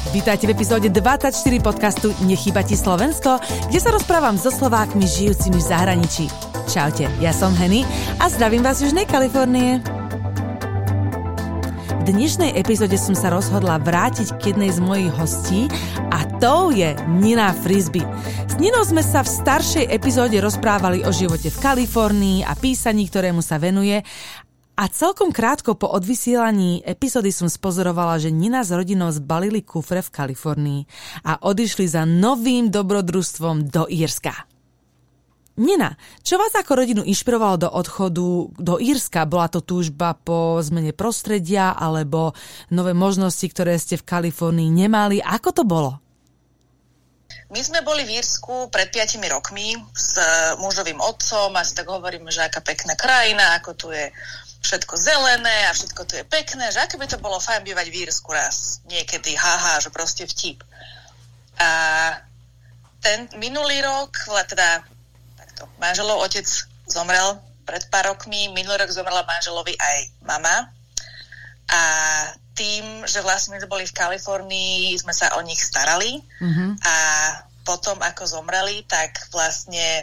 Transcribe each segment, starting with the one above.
Vítajte v epizóde 24 podcastu Nechýba ti Slovensko, kde sa rozprávam so Slovákmi žijúcimi v zahraničí. Čaute, ja som Henny a zdravím vás z Južnej Kalifornie. V dnešnej epizóde som sa rozhodla vrátiť k jednej z mojich hostí a tou je Nina Frisby. S Ninou sme sa v staršej epizóde rozprávali o živote v Kalifornii a písaní, ktorému sa venuje. A celkom krátko po odvysielaní epizódy som spozorovala, že Nina s rodinou zbalili kufre v Kalifornii a odišli za novým dobrodružstvom do Írska. Nina, čo vás ako rodinu inšpirovalo do odchodu do Írska? Bola to túžba po zmene prostredia alebo nové možnosti, ktoré ste v Kalifornii nemali? Ako to bolo? My sme boli v Írsku pred 5 rokmi s mužovým otcom a si tak hovoríme, že aká pekná krajina, ako tu je všetko zelené a všetko tu je pekné, že aké by to bolo fajn bývať v Írsku raz niekedy, že proste vtip. A ten minulý rok, teda manželov otec zomrel pred pár rokmi, minulý rok zomrela manželovi aj mama a tým, že vlastne my sme boli v Kalifornii, sme sa o nich starali a potom ako zomreli, tak vlastne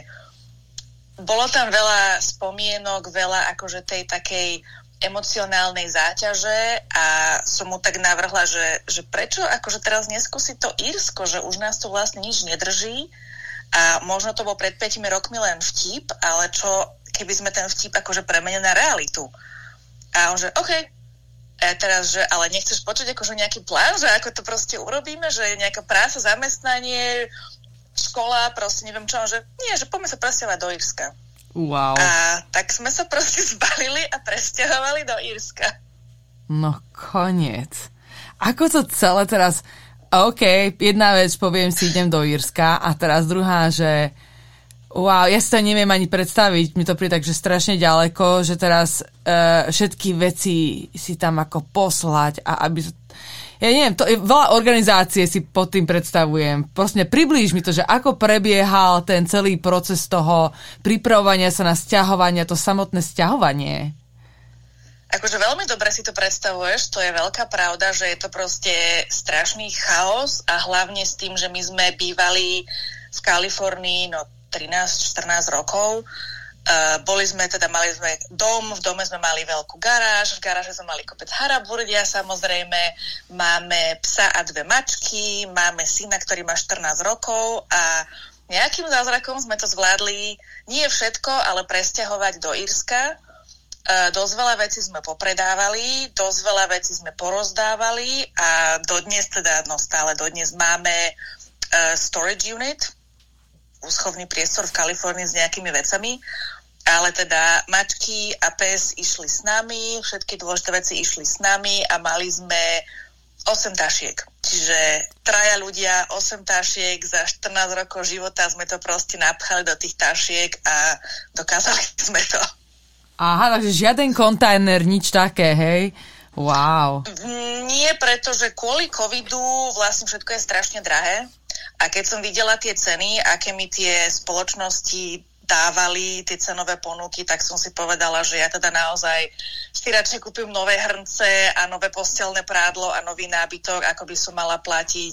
bolo tam veľa spomienok, veľa akože tej takej emocionálnej záťaže a som mu tak navrhla, že prečo akože teraz neskúsiť to Írsko, že už nás tu vlastne nič nedrží. A možno to bol pred 5 rokmi len vtip, ale čo, keby sme ten vtip akože premenili na realitu. A on že, OK. A teraz, že, ale nechceš počuť akože nejaký plán, že ako to proste urobíme, že je nejaká práca, zamestnanie, škola, proste neviem čo, že nie, že poďme sa presťahovať do Írska. Wow. A tak sme sa proste zbalili a presťahovali do Írska. No koniec. Ako to celé teraz... OK, jedna vec, poviem si, idem do Írska a teraz druhá, že wow, ja si to neviem ani predstaviť, mi to príde tak, že strašne ďaleko, že teraz všetky veci si tam ako poslať a aby... Ja neviem, to je veľa organizácie si pod tým predstavujem. Proste priblíž mi to, že ako prebiehal ten celý proces toho pripravovania sa na sťahovanie, to samotné sťahovanie. Akože veľmi dobre si to predstavuješ, to je veľká pravda, že je to proste strašný chaos a hlavne s tým, že my sme bývali v Kalifornii 13-14 rokov. Mali sme dom, v dome sme mali veľkú garáž, v garáže sme mali kopec haraburdia samozrejme, máme psa a 2 mačky, máme syna, ktorý má 14 rokov a nejakým zázrakom sme to zvládli, nie všetko, ale presťahovať do Írska. Dosť veľa vecí sme popredávali, dosť veľa vecí sme porozdávali a stále dodnes máme storage unit, úschovný priestor v Kalifornii s nejakými vecami, ale teda mačky a pes išli s nami, všetky dôležité veci išli s nami a mali sme 8 tašiek. Čiže 3 ľudia, 8 tašiek, za 14 rokov života sme to proste napchali do tých tašiek a dokázali sme to. Aha, takže žiaden kontajner, nič také, hej? Wow. Nie, pretože kvôli covidu vlastne všetko je strašne drahé a keď som videla tie ceny, aké mi tie spoločnosti dávali, tie cenové ponuky, tak som si povedala, že ja teda naozaj si radšej kúpim nové hrnce a nové posteľné prádlo a nový nábytok, ako by som mala platiť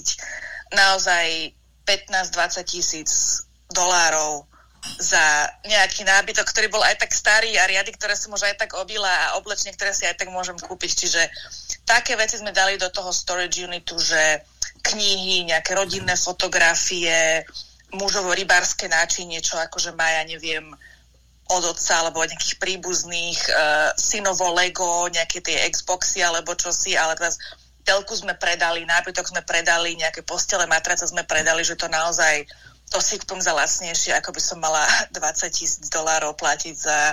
naozaj 15-20 tisíc dolárov za nejaký nábytok, ktorý bol aj tak starý a riady, ktoré som už aj tak obila a oblečenie, ktoré si aj tak môžem kúpiť. Čiže také veci sme dali do toho storage unitu, že knihy, nejaké rodinné fotografie, mužovo rybárske náčinie, čo akože má, ja neviem, od otca alebo od nejakých príbuzných, synovo Lego, nejaké tie Xboxy alebo čosi, ale teraz telku sme predali, nábytok sme predali, nejaké postele, matrace sme predali, že to naozaj to si kúpim za lacnejšie, ako by som mala $20,000 platiť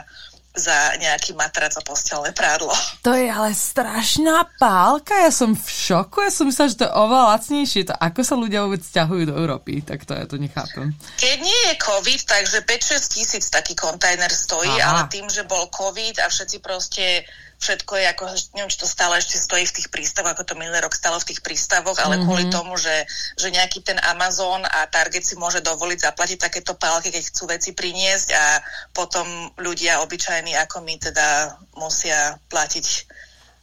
za nejaký matrac a posteľné prádlo. To je ale strašná pálka, ja som v šoku, ja som myslela, že to je oveľa lacnejšie. To ako sa ľudia vôbec sťahujú do Európy, tak to ja to nechápem. Keď nie je COVID, takže 5-6 tisíc taký kontajner stojí, ale tým, že bol COVID a všetci proste všetko je ako, neviem, či to stále ešte stojí v tých prístavoch, ako to minulý rok stalo v tých prístavoch, ale kvôli tomu, že nejaký ten Amazon a Target si môže dovoliť zaplatiť takéto pálky, keď chcú veci priniesť a potom ľudia obyčajní ako my teda musia platiť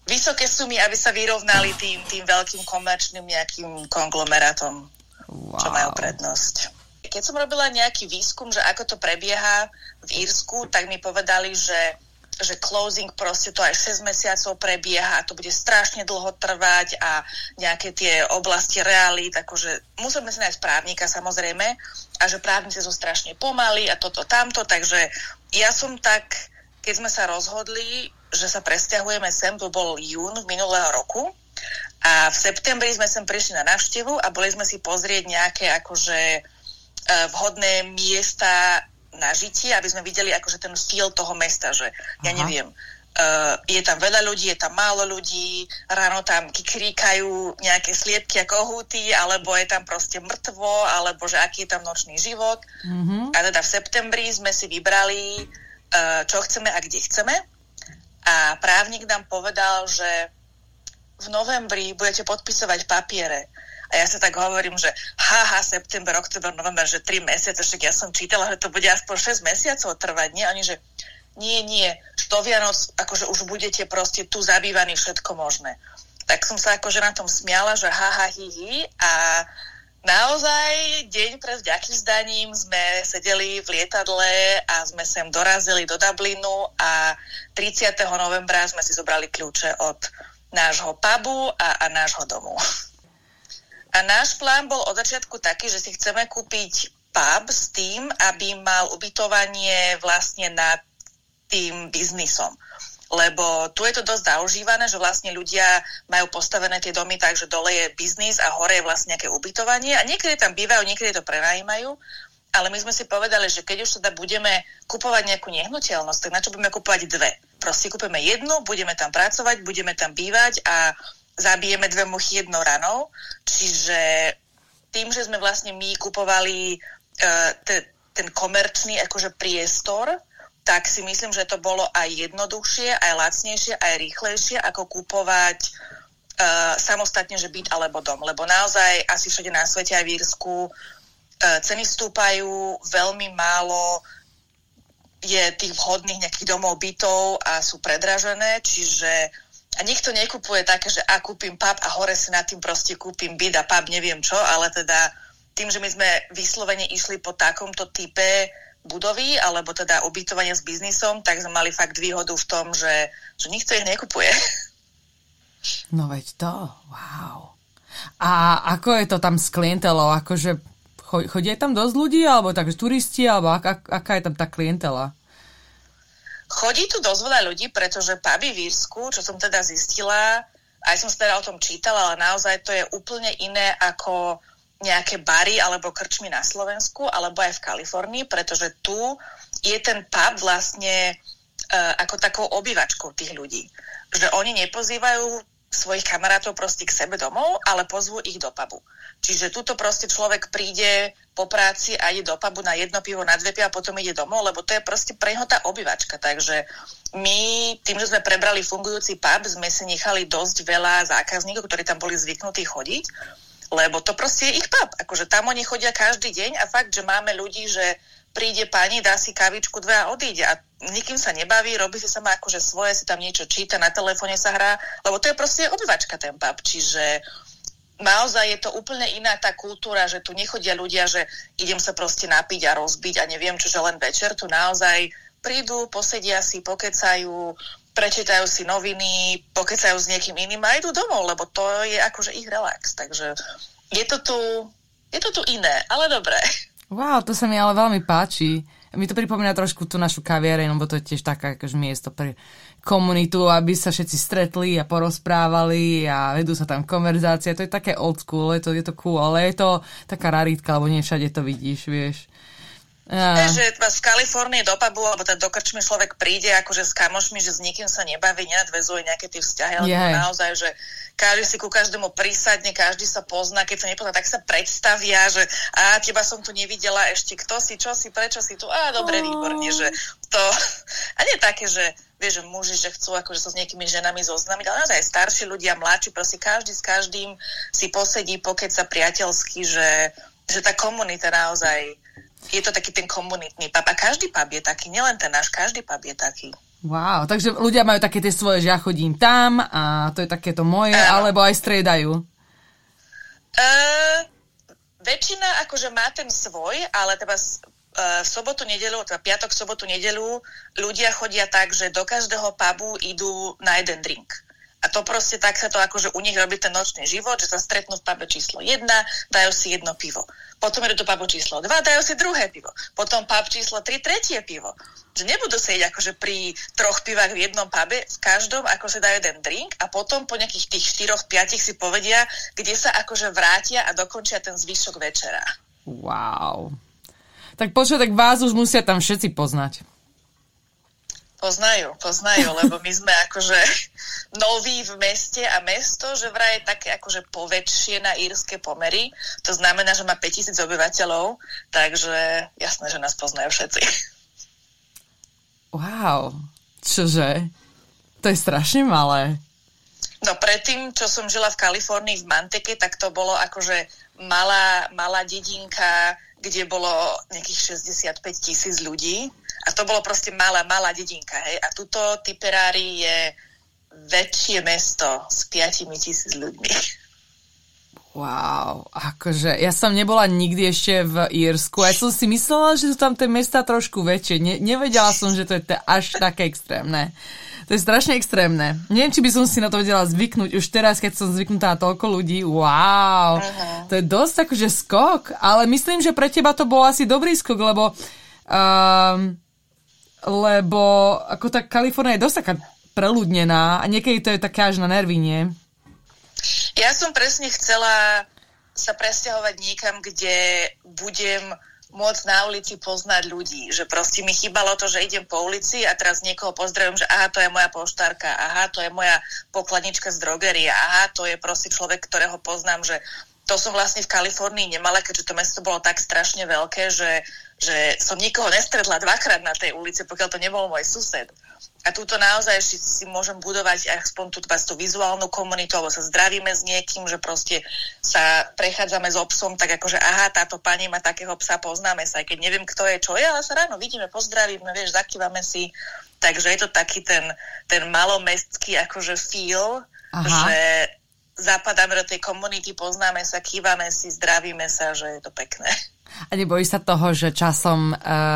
vysoké sumy, aby sa vyrovnali tým veľkým komerčným nejakým konglomerátom, čo majú prednosť. Keď som robila nejaký výskum, že ako to prebieha v Írsku, tak mi povedali, že closing proste to aj 6 mesiacov prebieha a to bude strašne dlho trvať a nejaké tie oblasti realít, akože musíme si nájsť právnika samozrejme a že právnici sú strašne pomalí a toto tamto, takže ja som tak, keď sme sa rozhodli, že sa presťahujeme sem, to bol jún minulého roku a v septembri sme sem prišli na návštevu a boli sme si pozrieť nejaké akože vhodné miesta na žitie, aby sme videli akože ten feel toho mesta, že ja neviem, je tam veľa ľudí, je tam málo ľudí, ráno tam kikríkajú nejaké sliepky a kohúty, alebo je tam proste mŕtvo, alebo že aký je tam nočný život. A teda v septembri sme si vybrali, čo chceme a kde chceme. A právnik nám povedal, že v novembri budete podpisovať papiere. A ja sa tak hovorím, že september, október, november, že 3 mesiace, však ja som čítala, že to bude aspoň 6 mesiacov trvať, nie? Oni, že nie, do Vianoc, akože už budete proste tu zabývaní všetko možné. Tak som sa akože na tom smiala, že a naozaj deň pred vďaky vzdaním sme sedeli v lietadle a sme sem dorazili do Dublinu a 30. novembra sme si zobrali kľúče od nášho pubu a nášho domu. A náš plán bol od začiatku taký, že si chceme kúpiť pub s tým, aby mal ubytovanie vlastne nad tým biznisom. Lebo tu je to dosť zaužívané, že vlastne ľudia majú postavené tie domy tak, že dole je biznis a hore je vlastne nejaké ubytovanie. A niekedy tam bývajú, niekedy to prenajímajú. Ale my sme si povedali, že keď už teda budeme kupovať nejakú nehnuteľnosť, tak na čo budeme kupovať dve? Proste kúpime jednu, budeme tam pracovať, budeme tam bývať a zabijeme 2 muchy jednou ranou, čiže tým, že sme vlastne my kupovali ten komerčný akože priestor, tak si myslím, že to bolo aj jednoduchšie, aj lacnejšie, aj rýchlejšie, ako kupovať samostatne, že byt alebo dom. Lebo naozaj asi všade na svete, aj v Írsku, ceny stúpajú, veľmi málo je tých vhodných nejakých domov, bytov a sú predražené, čiže a nikto nekupuje také, že kúpim pub a hore si nad tým proste kúpim byt a pub neviem čo, ale teda tým, že my sme vyslovene išli po takomto type budovy, alebo teda ubytovania s biznisom, tak sme mali fakt výhodu v tom, že nikto ich nekupuje. No veď to, wow. A ako je to tam s klientelou? Akože chodia tam dosť ľudí, alebo tak turisti, alebo aká je tam tá klientela? Chodí tu dosť veľa ľudí, pretože puby v Írsku, čo som teda zistila, aj som sa teda o tom čítala, ale naozaj to je úplne iné ako nejaké bary alebo krčmy na Slovensku, alebo aj v Kalifornii, pretože tu je ten pub vlastne ako takou obývačkou tých ľudí. Že oni nepozývajú svojich kamarátov proste k sebe domov, ale pozvú ich do pubu. Čiže tuto proste človek príde po práci a ide do pubu na 1 pivo, na 2 piva a potom ide domov, lebo to je proste pre neho tá obývačka. Takže my, tým, že sme prebrali fungujúci pub, sme si nechali dosť veľa zákazníkov, ktorí tam boli zvyknutí chodiť, lebo to proste je ich pub. Akože tam oni chodia každý deň a fakt, že máme ľudí, že príde pani, dá si kavičku 2 a odíde a nikým sa nebaví, robí si sama akože svoje, si tam niečo číta, na telefóne sa hrá, lebo to je proste obývačka ten pub, čiže naozaj je to úplne iná tá kultúra, že tu nechodia ľudia, že idem sa proste napiť a rozbiť a neviem čo, že len večer, tu naozaj prídu, posedia si, pokecajú, prečítajú si noviny, pokecajú s niekým iným a idú domov, lebo to je akože ich relax, takže je to tu iné, ale dobré. Wow, to sa mi ale veľmi páči. Mi to pripomína trošku tú našu kaviareň, lebo to je tiež také akože miesto pre komunitu, aby sa všetci stretli a porozprávali a vedú sa tam konverzácia. To je také old school, je to cool, ale je to taká raritka, lebo nie všade to vidíš, vieš. Že v Kalifornii do pubu, alebo teda do krčmy človek príde akože s kamošmi, že s nikým sa nebaví, nenadväzuje nejaké tie vzťahy, ale naozaj, že každý si ku každému prísadne, každý sa pozná, keď sa nepozná, tak sa predstavia, že teba som tu nevidela ešte, kto si, čo si, prečo si tu, dobre, výborne, že to, a nie také, že vieš, že muži, že chcú akože sa s nejakými ženami zoznámiť, ale naozaj starší ľudia, mladší, proste každý s každým si posedí, pokeca priateľsky, že tá komunita naozaj je to taký ten komunitný pub. A každý pub je taký, nielen ten náš, každý pub je taký. Wow, takže ľudia majú také tie svoje, že ja chodím tam a to je takéto moje, alebo aj striedajú? Väčšina akože má ten svoj, ale teda v sobotu, nedeľu, teda piatok, sobotu, nedeľu ľudia chodia tak, že do každého pubu idú na jeden drink. A to proste tak sa to akože u nich robí ten nočný život, že sa stretnú v pube číslo 1, dajú si jedno pivo. Potom idú do pubu číslo 2, dajú si druhé pivo. Potom pub číslo 3, tretie pivo. Že nebudú sedieť akože pri 3 pivách v jednom pube, v každom ako sa dajú jeden drink a potom po nejakých tých 4-5 si povedia, kde sa akože vrátia a dokončia ten zvyšok večera. Wow. Tak počuť, tak vás už musia tam všetci poznať. Poznajú, lebo my sme akože noví v meste a mesto, že vraj je také akože poväčšie na írske pomery. To znamená, že má 5000 obyvateľov, takže jasné, že nás poznajú všetci. Wow, čože? To je strašne malé. No predtým, čo som žila v Kalifornii v Manteke, tak to bolo akože malá dedinka, kde bolo nejakých 65 000 ľudí. A to bolo proste malá dedinka, hej. A tuto Tipperary je väčšie mesto s 5 000 ľuďmi. Wow, akože ja som nebola nikdy ešte v Írsku. Ja som si myslela, že sú tam tie mesta trošku väčšie. Nevedela som, že to je až také extrémne. To je strašne extrémne. Neviem, či by som si na to vedela zvyknúť už teraz, keď som zvyknutá na toľko ľudí. Wow, to je dosť akože skok. Ale myslím, že pre teba to bol asi dobrý skok, lebo ako tá Kalifornia je dosť taká preľudnená a niekedy to je také až na nervy, nie? Ja som presne chcela sa presťahovať niekam, kde budem môcť na ulici poznať ľudí. Že proste mi chýbalo to, že idem po ulici a teraz niekoho pozdravím, že aha, to je moja poštárka, aha, to je moja pokladnička z drogerie, aha, to je proste človek, ktorého poznám, že to som vlastne v Kalifornii nemala, keďže to mesto bolo tak strašne veľké, že som nikoho nestretla dvakrát na tej ulici, pokiaľ to nebol môj sused. A túto naozaj si môžem budovať aspoň tú vizuálnu komunitu, alebo sa zdravíme s niekým, že proste sa prechádzame s obsom, tak akože aha, táto pani má takého psa, poznáme sa, aj keď neviem, kto je, čo je, ale sa ráno vidíme, pozdravíme, vieš, zakývame si. Takže je to taký ten malomestský akože feel, že zapadáme do tej komunity, poznáme sa, kývame si, zdravíme sa, že je to pekné. A nebojíš sa toho, že časom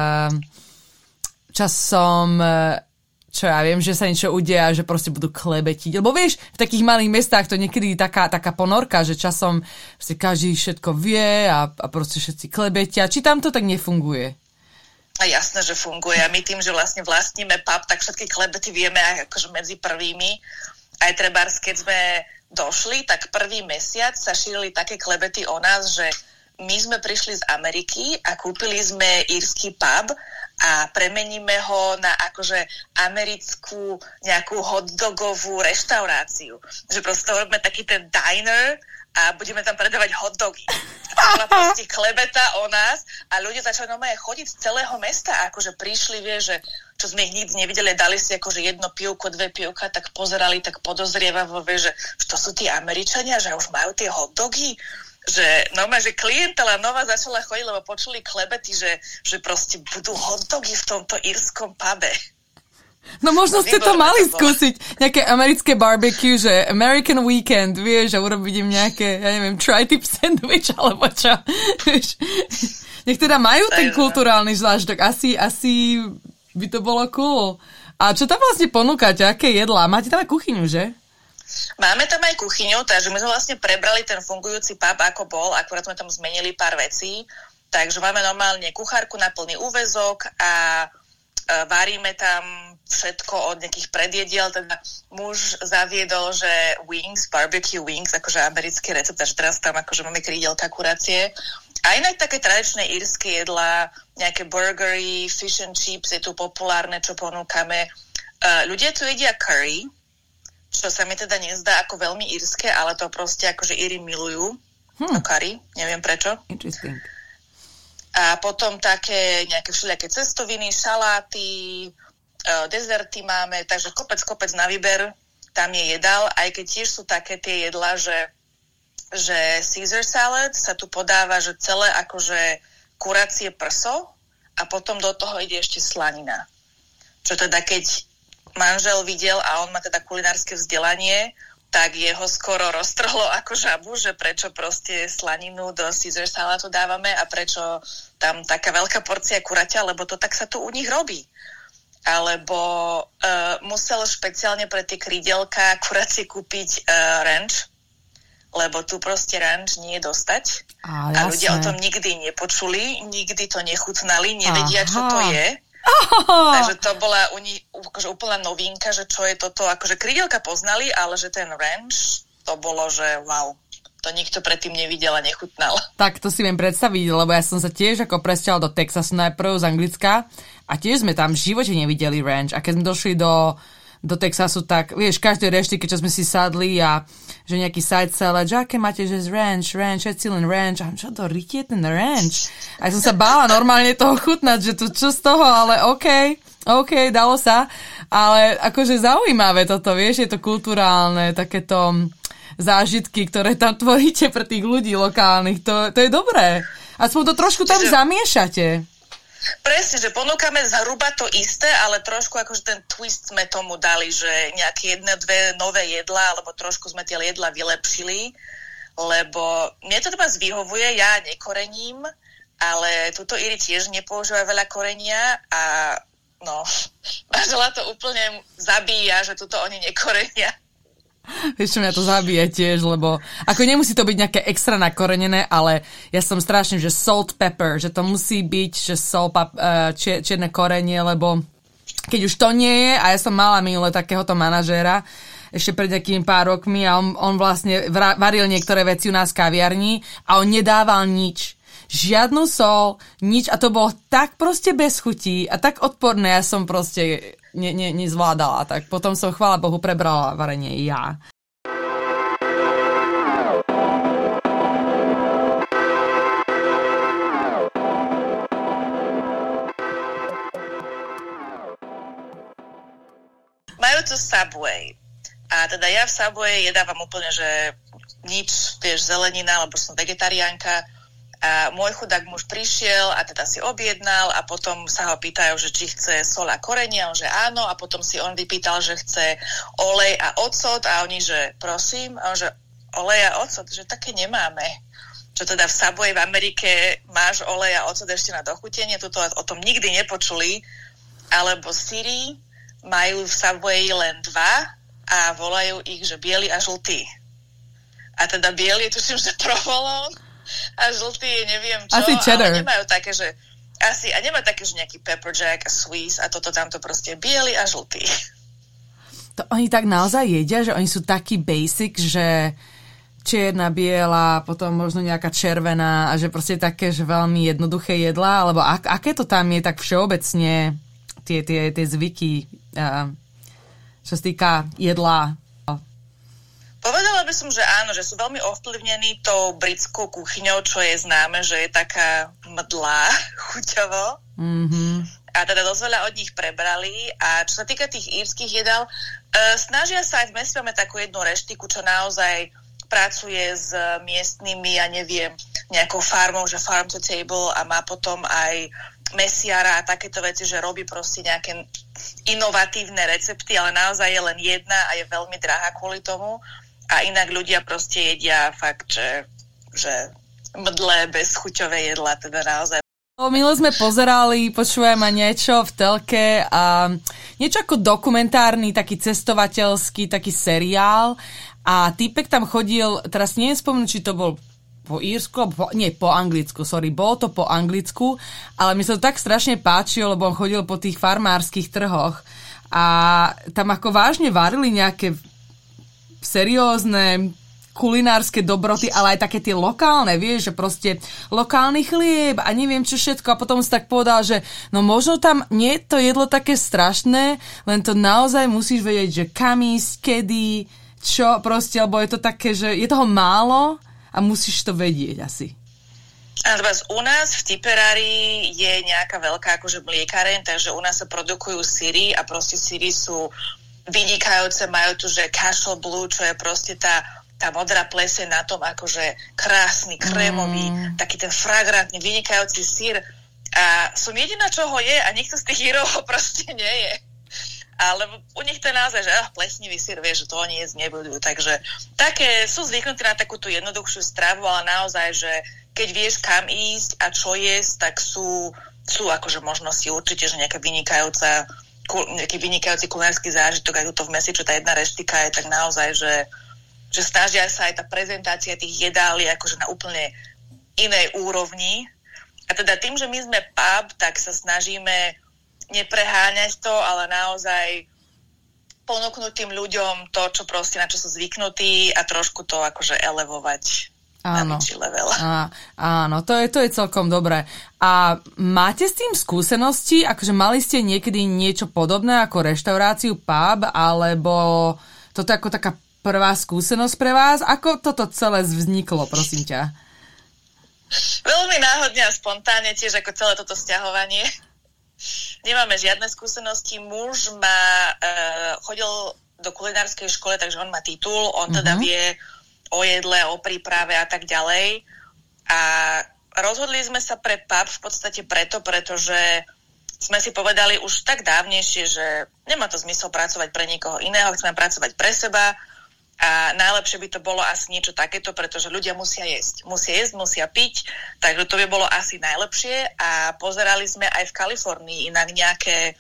čo ja viem, že sa niečo udeje a že proste budú klebetiť. Lebo vieš, v takých malých mestách to niekedy taká ponorka, že časom každý všetko vie a proste všetci klebetia. Či tam to tak nefunguje? A jasné, že funguje. A my tým, že vlastníme pub, tak všetky klebety vieme akože medzi prvými. Aj trebárs, keď sme došli, tak prvý mesiac sa šírili také klebety o nás, že my sme prišli z Ameriky a kúpili sme írsky pub a premeníme ho na akože americkú nejakú hotdogovú reštauráciu. Že proste robíme taký ten diner a budeme tam predávať hotdogy. A to bola proste klebeta o nás a ľudia začali normálne chodiť z celého mesta a akože prišli, vieš, že čo sme ich nikdy nevideli, dali si akože 1 pivko, 2 pivka, tak pozerali tak podozrievavo, vieš, že to sú tí Američania, že už majú tie hotdogy. Že normálne, že klientela nová začala chodiť, lebo počuli klebety, že proste budú hotdogy v tomto írskom pube. No možno ste to mali skúsiť. Nejaké americké barbecue, že American weekend, vieš, a urobiť im nejaké, ja neviem, tri-tip sandwich, alebo čo. Nech teda majú ten kulturálny zážitok. Asi by to bolo cool. A čo tam vlastne ponúkate? Aké jedlá? Máte tam aj kuchyňu, že? Máme tam aj kuchyňu, takže my sme vlastne prebrali ten fungujúci pub, ako bol, akurát sme tam zmenili pár vecí, takže máme normálne kuchárku na plný úväzok a varíme tam všetko od nejakých predjediel, teda muž zaviedol, že barbecue wings, akože americký recept, takže teraz tam akože máme krídelka, kurácie. A inak také tradičné írske jedlá, nejaké burgery, fish and chips, je tu populárne, čo ponúkame. Ľudia tu jedia curry, čo sa mi teda nezdá ako veľmi írske, ale to proste akože Íri milujú. To curry, neviem prečo. Interesting. A potom také nejaké všelijaké cestoviny, šaláty, dezerty máme, takže kopec na výber, tam je jedál, aj keď tiež sú také tie jedlá, že Caesar salad sa tu podáva, že celé akože kuracie prso a potom do toho ide ešte slanina. Čo teda keď manžel videl a on má teda kulinárske vzdelanie, tak jeho skoro roztrhlo ako žabu, že prečo proste slaninu do Caesar salátu dávame a prečo tam taká veľká porcia kuraťa, lebo to tak sa tu u nich robí. Alebo musel špeciálne pre tie krídelka kuracie kúpiť ranch, lebo tu proste ranch nie je dostať. A ľudia o tom nikdy nepočuli, nikdy to nechutnali, nevedia, čo to je. Takže to bola u nich akože úplná novinka, že čo je toto, akože krídelka poznali, ale že ten ranch, to bolo, že wow, to nikto predtým nevidel a nechutnal. Tak to si viem predstaviť, lebo ja som sa tiež ako presťahoval do Texasu najprv z Anglicka a tiež sme tam v živote nevideli ranch. A keď sme došli do Texasu, tak vieš, každej reštike, čo sme si sadli a že nejaký side salad, že aké máte, že z ranch, Echelon ranch, a čo to rytie ten ranch? A ja som sa bála normálne toho chutnať, že to čo z toho, ale OK, dalo sa, ale akože zaujímavé toto, vieš, je to kulturálne, takéto zážitky, ktoré tam tvoríte pre tých ľudí lokálnych, to je dobré. Aspoň to trošku tam zamiešate. Presne, že ponúkame zhruba to isté, ale trošku akože ten twist sme tomu dali, že nejaké 1-2 nové jedlá, alebo trošku sme tie jedlá vylepšili, lebo mne to teda vyhovuje, ja nekorením, ale tuto Iri tiež nepoužíva veľa korenia a no, manžela to úplne zabíja, že tuto oni nekorenia. Vieš, čo mňa to zabije tiež, lebo ako nemusí to byť nejaké extra nakorenené, ale ja som strašne, že salt pepper, že to musí byť, že čierne korenie, lebo keď už to nie je, a ja som mala minule takéhoto manažéra, ešte pred nejakými pár rokmi a on vlastne varil niektoré veci u nás v kaviarni a on nedával nič. Žiadnu sol, nič a to bolo tak proste bez chutí a tak odporné, ja som proste nezvládala, tak potom som, chvála Bohu, prebrala varenie ja. Majú tu Subway a teda ja v Subway jedávam úplne, že nič, vieš, zelenina, lebo som vegetariánka. A môj chudák muž prišiel a teda si objednal a potom sa ho pýtajú, že či chce sol a korenie, on že áno a potom si on vypýtal, že chce olej a ocot a oni, že prosím, a on že olej a ocot, že také nemáme. Čo teda v Subway v Amerike máš olej a ocot ešte na dochutenie, toto o tom nikdy nepočuli, alebo syry majú v Subway len 2 a volajú ich, že biely a žltý. A teda biely je tuším, že provolone a žltý je neviem čo, asi cheddar. Ale nemajú také, že a nemajú také, že nejaký pepper jack a Swiss a toto tamto proste biely a žltý. To oni tak naozaj jedia, že oni sú takí basic, že čierna, biela, potom možno nejaká červená a že proste také, že veľmi jednoduché jedlá, alebo aké to tam je tak všeobecne tie zvyky, čo sa týka jedlá. Povedala by som, že áno, že sú veľmi ovplyvnení tou britskou kuchyňou, čo je známe, že je taká mdlá chuťovo. Mm-hmm. A teda dosť veľa od nich prebrali. A čo sa týka tých írskych jedál, snažia sa aj v meste, máme takú jednu reštiku, čo naozaj pracuje s miestnymi, ja neviem, nejakou farmou, že farm to table a má potom aj mesiara a takéto veci, že robí proste nejaké inovatívne recepty, ale naozaj je len jedna a je veľmi drahá kvôli tomu. A inak ľudia proste jedia fakt, že mdlé, bezchuťové jedlá, teda naozaj. Minule sme pozerali, počúvame niečo v telke a niečo ako dokumentárny, taký cestovateľský, taký seriál a týpek tam chodil, teraz neviem spomenúť, či to bol po Írsku, po Anglicku, bolo to po Anglicku, ale mi sa to tak strašne páčilo, lebo on chodil po tých farmárskych trhoch a tam ako vážne varili nejaké seriózne kulinárske dobroty, ale aj také tie lokálne, vieš, že proste lokálny chlieb a neviem čo všetko a potom si tak povedal, že no možno tam nie je to jedlo také strašné, len to naozaj musíš vedieť, že kam ísť, kedy, čo proste, lebo je to také, že je toho málo a musíš to vedieť asi. A u nás v Tipperary je nejaká veľká akože mliekareň, takže u nás sa produkujú syry a proste syry sú vynikajúce, majú tu, že Cashel Blue, čo je proste tá modrá pleseň na tom, akože krásny, krémový, taký ten fragrantný, vynikajúci syr. A som jediná, čo ho je a nikto z tých Írov ho proste nie je. Ale u nich to je naozaj, že plesnivý syr, vieš, že to oni jesť nebudú. Takže také sú zvyknutí na takú tú jednoduchšiu stravu, ale naozaj, že keď vieš kam ísť a čo jesť, tak sú akože možnosti určite, že nejaký vynikajúci kulinársky zážitok aj tuto v meste, čo tá jedna reštika je, tak naozaj, že snažia sa aj tá prezentácia tých jedál je akože na úplne inej úrovni. A teda tým, že my sme pub, tak sa snažíme nepreháňať to, ale naozaj ponúknuť tým ľuďom to, čo proste, na čo sú zvyknutí a trošku to akože elevovať na väčší level. Áno, to je celkom dobré. A máte s tým skúsenosti? Akože mali ste niekedy niečo podobné ako reštauráciu pub, alebo toto ako taká prvá skúsenosť pre vás? Ako toto celé vzniklo, prosím ťa? Veľmi náhodne a spontánne, tiež ako celé toto sťahovanie. Nemáme žiadne skúsenosti. Muž chodil do kulinárskej školy, takže on má titul, on teda vie o jedle, o príprave a tak ďalej. A rozhodli sme sa pre pub v podstate pretože sme si povedali už tak dávnejšie, že nemá to zmysel pracovať pre niekoho iného, chceme pracovať pre seba a najlepšie by to bolo asi niečo takéto, pretože ľudia musia jesť. Musia jesť, musia piť, takže to by bolo asi najlepšie a pozerali sme aj v Kalifornii inak nejaké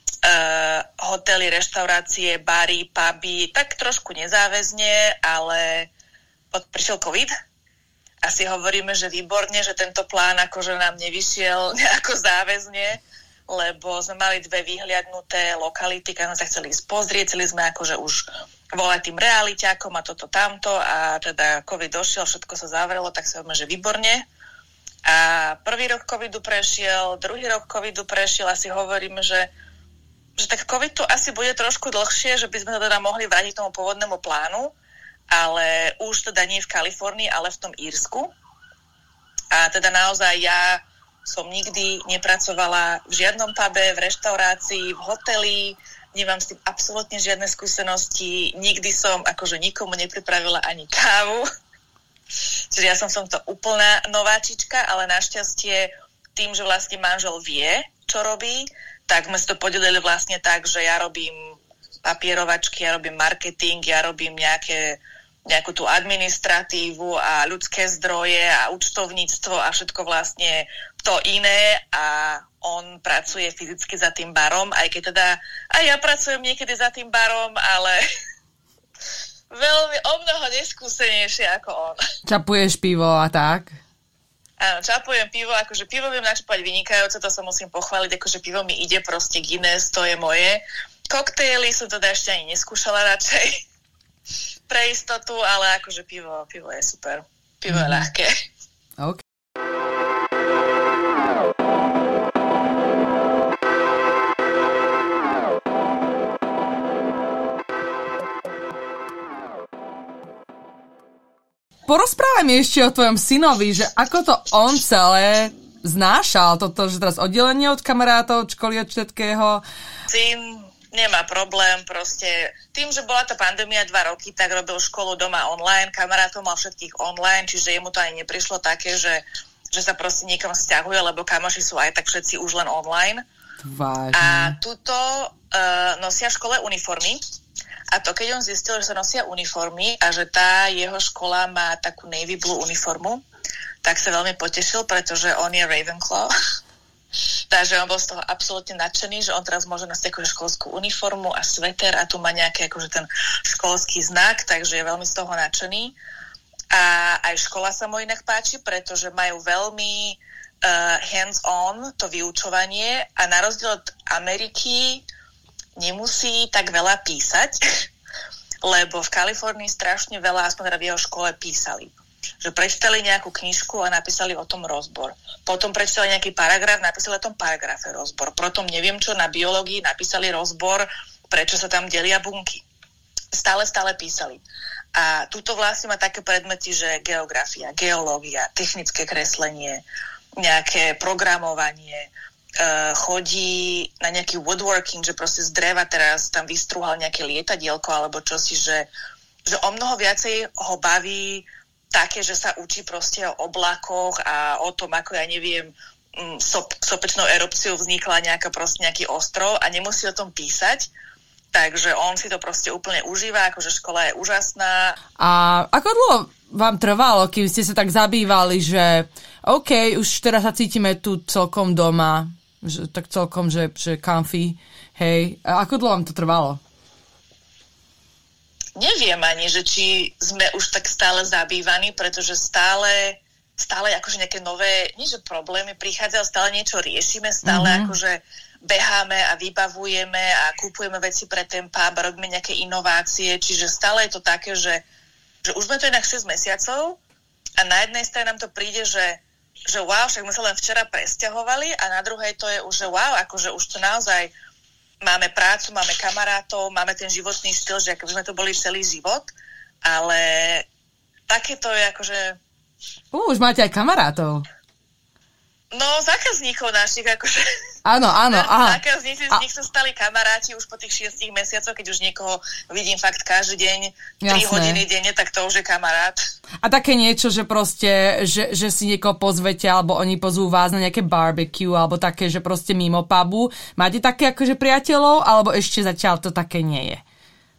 hotely, reštaurácie, bary, puby, tak trošku nezáväzne, ale prišiel COVID a si hovoríme, že výborne, že tento plán akože nám nevyšiel nejako záväzne, lebo sme mali 2 vyhliadnuté lokality, kam sme sa chceli ísť pozrieť, chceli sme akože už volať tým realiťákom a toto tamto a teda COVID došiel, všetko sa zavrelo, tak sa hovoríme, že výborne. A prvý rok covidu prešiel, druhý rok covidu prešiel a si hovoríme, že tak COVID tu asi bude trošku dlhšie, že by sme to teda mohli vrátiť tomu pôvodnému plánu, ale už teda nie v Kalifornii, ale v tom Írsku. A teda naozaj ja som nikdy nepracovala v žiadnom pube, v reštaurácii, v hoteli, nemám s tým absolútne žiadne skúsenosti, nikdy som akože nikomu nepripravila ani kávu. Čiže ja som to úplná nováčička, ale našťastie tým, že vlastne manžel vie, čo robí, tak sme si to podelili vlastne tak, že ja robím papierovačky, ja robím marketing, ja robím nejakú tú administratívu a ľudské zdroje a účtovníctvo a všetko vlastne to iné a on pracuje fyzicky za tým barom, aj keď teda aj ja pracujem niekedy za tým barom, ale veľmi omnoho neskúsenejšie ako on. Čapuješ pivo a tak? Áno, čapujem pivo, akože pivo viem načapať vynikajúce, to sa musím pochváliť, akože pivo mi ide proste Guinness, to je moje. Koktejly som teda ešte ani neskúšala radšej pre istotu, ale akože pivo je super. Pivo je ľahké. OK. Porozprávaj mi ešte o tvojom synovi, že ako to on celé znášal, toto, že teraz oddelenie od kamarátov, od školy, od všetkého. Syn nemá problém, proste tým, že bola tá pandémia 2 roky, tak robil školu doma online, kamarátov mal všetkých online, čiže jemu to aj neprišlo také, že sa proste niekam sťahuje, lebo kamoši sú aj tak všetci už len online. Vážne. A tuto nosia v škole uniformy. A to, keď on zistil, že sa nosia uniformy a že tá jeho škola má takú navy blue uniformu, tak sa veľmi potešil, pretože on je Ravenclaw. Takže on bol z toho absolútne nadšený, že on teraz môže nosiť akože školskú uniformu a sveter a tu má nejaký akože ten školský znak, takže je veľmi z toho nadšený. A aj škola sa mu inak páči, pretože majú veľmi hands-on to vyučovanie a na rozdiel od Ameriky nemusí tak veľa písať, lebo v Kalifornii strašne veľa, aspoň teda v jeho škole, písali. Že prečítali nejakú knižku a napísali o tom rozbor. Potom prečítali nejaký paragraf, napísali o tom paragrafe rozbor. Potom neviem čo, na biológii napísali rozbor, prečo sa tam delia bunky. Stále písali. A tuto vlastne má také predmety, že geografia, geológia, technické kreslenie, nejaké programovanie, chodí na nejaký woodworking, že proste z dreva teraz tam vystrúhal nejaké lietadielko alebo čosi, že o mnoho viacej ho baví také, že sa učí proste o oblakoch a o tom, ako ja neviem, sopečnou erupciou vznikla nejaký ostrov a nemusí o tom písať, Takže on si to proste úplne užíva, akože škola je úžasná. A ako dlho vám trvalo, kým ste sa tak zabývali, že OK, už teraz sa cítime tu celkom doma, že, tak celkom, že comfy, hej. A ako dlho vám to trvalo? Neviem ani, že či sme už tak stále zabývaní, pretože stále akože nejaké nové, nie že problémy prichádzajú, stále niečo riešime, stále akože beháme a vybavujeme a kupujeme veci pre ten pub, robíme nejaké inovácie, čiže stále je to také, že už sme to inak 6 mesiacov a na jednej strane nám to príde, že wow, však sme sa len včera presťahovali a na druhej to je už, že wow, akože už to naozaj máme prácu, máme kamarátov, máme ten životný štýl, že ako by sme to boli celý život, ale také to je akože... Už máte aj kamarátov. No, zákazníkov našich, akože... Áno, aha. Zákazníci z nich sa stali kamaráti už po tých 6 mesiacoch, keď už niekoho vidím fakt každý deň, 3 hodiny denne, tak to už je kamarát. A také niečo, že proste, že si niekoho pozvete, alebo oni pozvú vás na nejaké barbecue, alebo také, že proste mimo pubu. Máte také akože priateľov, alebo ešte zatiaľ to také nie je?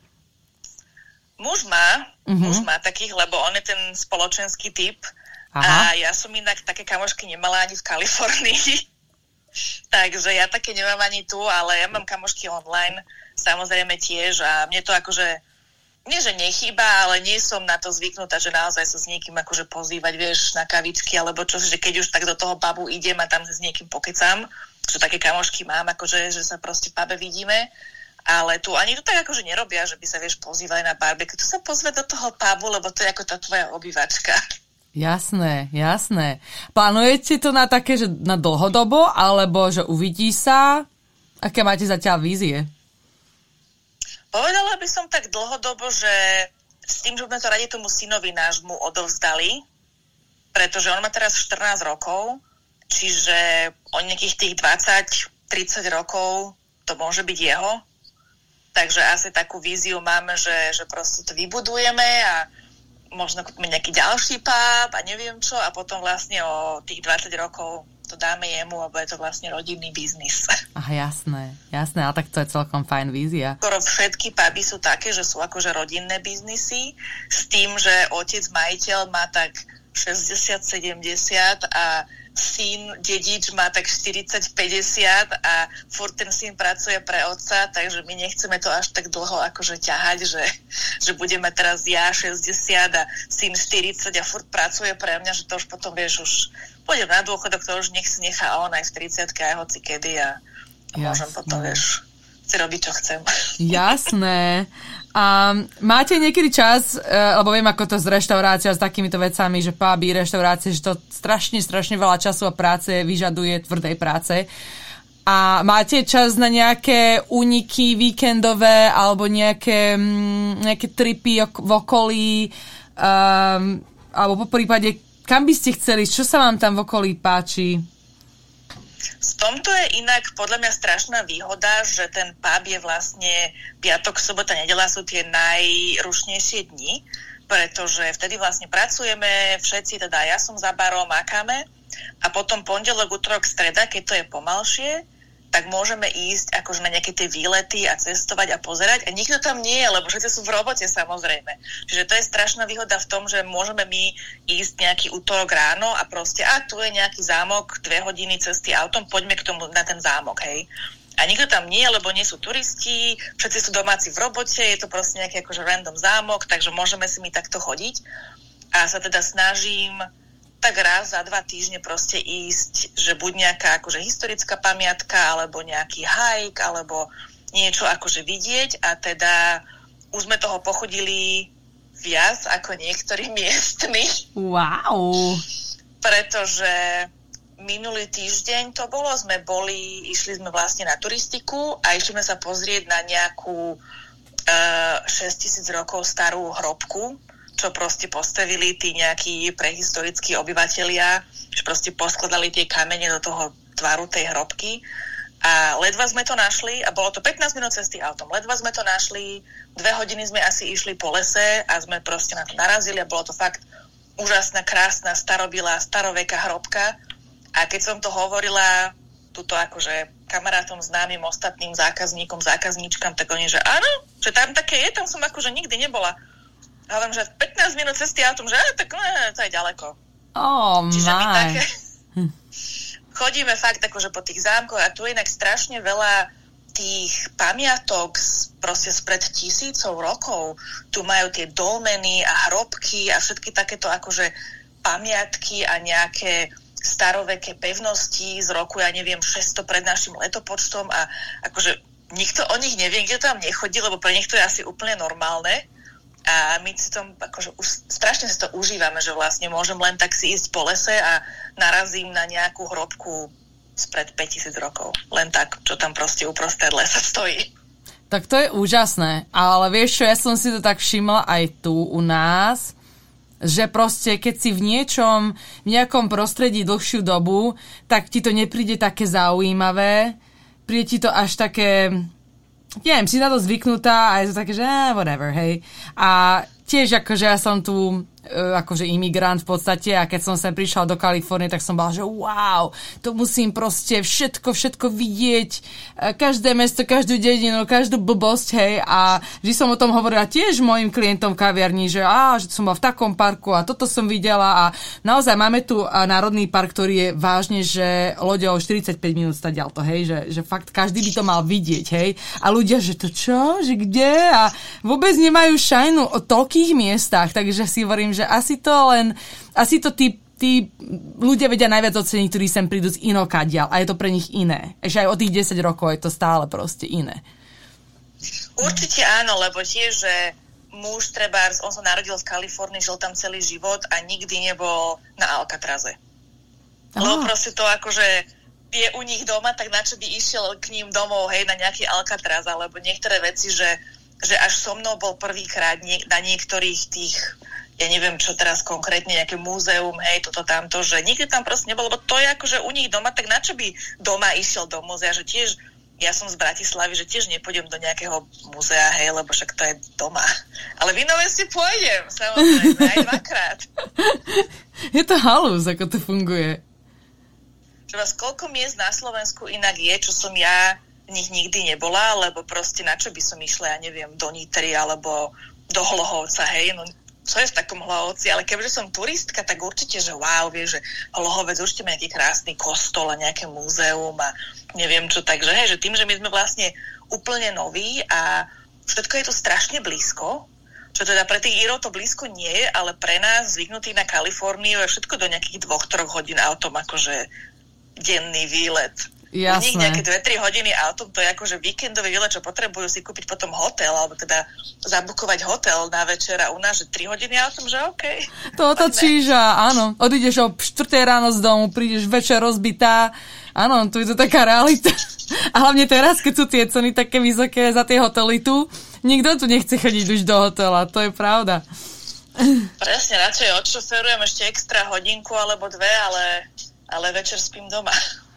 Muž má takých, lebo on je ten spoločenský typ. Aha. A ja som inak také kamošky nemala ani v Kalifornii. Takže ja také nemám ani tu, ale ja mám kamošky online, samozrejme tiež a mne to akože, nie že nechýba, ale nie som na to zvyknutá, že naozaj sa s niekým akože pozývať, vieš, na kavičky alebo čo, že keď už tak do toho pubu idem a tam s niekým pokecam, čo také kamošky mám, akože, že sa proste v pube vidíme, ale tu ani to tak akože nerobia, že by sa, vieš, pozývali na barbecue, tu sa pozve do toho pubu, lebo to je ako tá tvoja obývačka. Jasné. Plánujete to na také, že na dlhodobo, alebo že uvidí sa? Aké máte zatiaľ vízie? Povedala by som tak dlhodobo, že s tým, že sme to radi tomu synovi nášmu odovzdali, pretože on má teraz 14 rokov, čiže o nejakých tých 20-30 rokov to môže byť jeho. Takže asi takú víziu máme, že proste to vybudujeme a možno kúpime nejaký ďalší pub a neviem čo a potom vlastne o tých 20 rokov to dáme jemu, lebo je to vlastne rodinný biznis. Jasné, ale tak to je celkom fajn vízia. Skoro všetky puby sú také, že sú akože rodinné biznisy s tým, že otec majiteľ má tak 60-70 a syn, dedič má tak 40-50 a furt ten syn pracuje pre otca, takže my nechceme to až tak dlho akože ťahať, že budeme teraz ja 60 a syn 40 a furt pracuje pre mňa, že to už potom, vieš, už pôjdem na dôchodok, to už nech si nechá on aj v 30-ke aj hoci kedy a môžem potom, vieš, si robiť, čo chcem. Jasné. A máte niekedy čas, lebo viem, ako to s reštauráciou, s takýmito vecami, že puby, reštaurácie, že to strašne veľa času a práce vyžaduje, tvrdej práce. A máte čas na nejaké úniky víkendové alebo nejaké tripy v okolí, alebo po prípade, kam by ste chceli, čo sa vám tam v okolí páči? V tomto je inak podľa mňa strašná výhoda, že ten pub je vlastne piatok, sobota, nedeľa sú tie najrušnejšie dni, pretože vtedy vlastne pracujeme všetci, teda ja som za barom, makáme a potom pondelok, utorok, streda, keď to je pomalšie, tak môžeme ísť akože na nejaké tie výlety a cestovať a pozerať a nikto tam nie je, lebo všetci sú v robote samozrejme. Čiže to je strašná výhoda v tom, že môžeme my ísť nejaký utorok ráno a proste, tu je nejaký zámok, 2 hodiny cesty autom, poďme k tomu na ten zámok, hej. A nikto tam nie je, lebo nie sú turisti, všetci sú domáci v robote, je to proste nejaký akože random zámok, takže môžeme si my takto chodiť a sa teda snažím tak raz za 2 týždne proste ísť, že buď nejaká akože historická pamiatka, alebo nejaký hike, alebo niečo akože vidieť a teda už sme toho pochodili viac ako niektorí miestni. Wow! Pretože minulý týždeň to bolo, išli sme vlastne na turistiku a išli sme sa pozrieť na nejakú 6000 rokov starú hrobku, čo proste postavili tí nejakí prehistorickí obyvatelia, že proste poskladali tie kamene do toho tvaru tej hrobky a ledva sme to našli a bolo to 15 minút cesty autom. Ledva sme to našli, 2 hodiny sme asi išli po lese a sme proste na to narazili a bolo to fakt úžasná, krásna, starobilá, staroveká hrobka a keď som to hovorila tuto akože kamarátom, známym, ostatným zákazníkom, zákazníčkam, tak oni, že áno, že tam také je, tam som akože nikdy nebola. A hovorím, že 15 minút cesty autom, že tak to je ďaleko. Čiže my také chodíme fakt akože po tých zámkoch a tu je inak strašne veľa tých pamiatok proste spred tisícov rokov. Tu majú tie dolmeny a hrobky a všetky takéto akože pamiatky a nejaké staroveké pevnosti z roku, ja neviem, 600 pred našim letopočtom a akože nikto o nich nevie, nikto tam nechodí, lebo pre nich to je asi úplne normálne. A my si to akože strašne si to užívame, že vlastne môžem len tak si ísť po lese a narazím na nejakú hrobku spred 5000 rokov. Len tak, čo tam proste uprostred lesa stojí. Tak to je úžasné. Ale vieš čo, ja som si to tak všimla aj tu u nás, že proste keď si v nejakom prostredí dlhšiu dobu, tak ti to nepríde také zaujímavé. Príde ti to až také... neviem, si na to zvyknutá a je to také, že whatever, hej. A tiež akože ja som tu akože imigrant v podstate a keď som sem prišla do Kalifornie, tak som bola, že wow, to musím proste všetko vidieť, každé mesto, každú dedinu, každú blbosť, hej, a vždy som o tom hovorila tiež mojim klientom v kaviarni, že som bola v takom parku a toto som videla a naozaj máme tu národný park, ktorý je vážne, že loďou 45 minút stadiaľ to, hej, že fakt každý by to mal vidieť, hej, a ľudia, že to čo, že kde a vôbec nemajú šajnu o toľkých miestach, takže si hovorím, že asi to tí ľudia vedia najviac oceniť, ktorí sem prídu z inokadiaľ a je to pre nich iné. Ešte aj o tých 10 rokov je to stále proste iné. Určite áno, lebo tiež, že muž trebárs, on sa narodil v Kalifornii, žil tam celý život a nikdy nebol na Alcatraze. Lebo proste to akože je u nich doma, tak na čo by išiel k ním domov, hej, na nejaký Alcatraz, alebo niektoré veci, že až so mnou bol prvýkrát na niektorých tých, ja neviem čo teraz konkrétne, nejaké múzeum, hej, toto tamto, že nikdy tam proste nebolo, lebo to je akože u nich doma, tak na čo by doma išiel do múzea, že tiež, ja som z Bratislavy, že tiež nepôjdem do nejakého múzea, hej, lebo však to je doma. Ale v Inove si pôjdem, samozrejme, aj dvakrát. Je to halus, ako to funguje. Že vás koľko miest na Slovensku inak je, čo som ja v nich nikdy nebola, lebo proste na čo by som išla, ja neviem, do Nitry alebo do Hlohovca, hej, no čo je v takom Hlohovci, ale keďže som turistka, tak určite, že wow, vieš, že Hlohovec určite má nejaký krásny kostol a nejaké múzeum a neviem čo, takže hej, že tým, že my sme vlastne úplne noví a všetko je to strašne blízko, čo teda pre tých Írov to blízko nie je, ale pre nás zvyknutí na Kaliforniu je všetko do nejakých 2-3 hodín autom, akože denný výlet. Jasné. U nich nejaké 2-3 hodiny autom, to je akože víkendový výlet, čo potrebujú si kúpiť potom hotel, alebo teda zabukovať hotel na večer a u nás, že 3 hodiny autom, že okej. To otočíš a áno, odídeš o 4 ráno z domu, prídeš večer rozbitá, áno, tu je to taká realita. A hlavne teraz, keď sú tie ceny také vysoké za tie hotely tu, nikto tu nechce chodiť už do hotela, to je pravda. Presne, radšej odšoferujem ešte extra hodinku alebo 2, ale večer spím doma.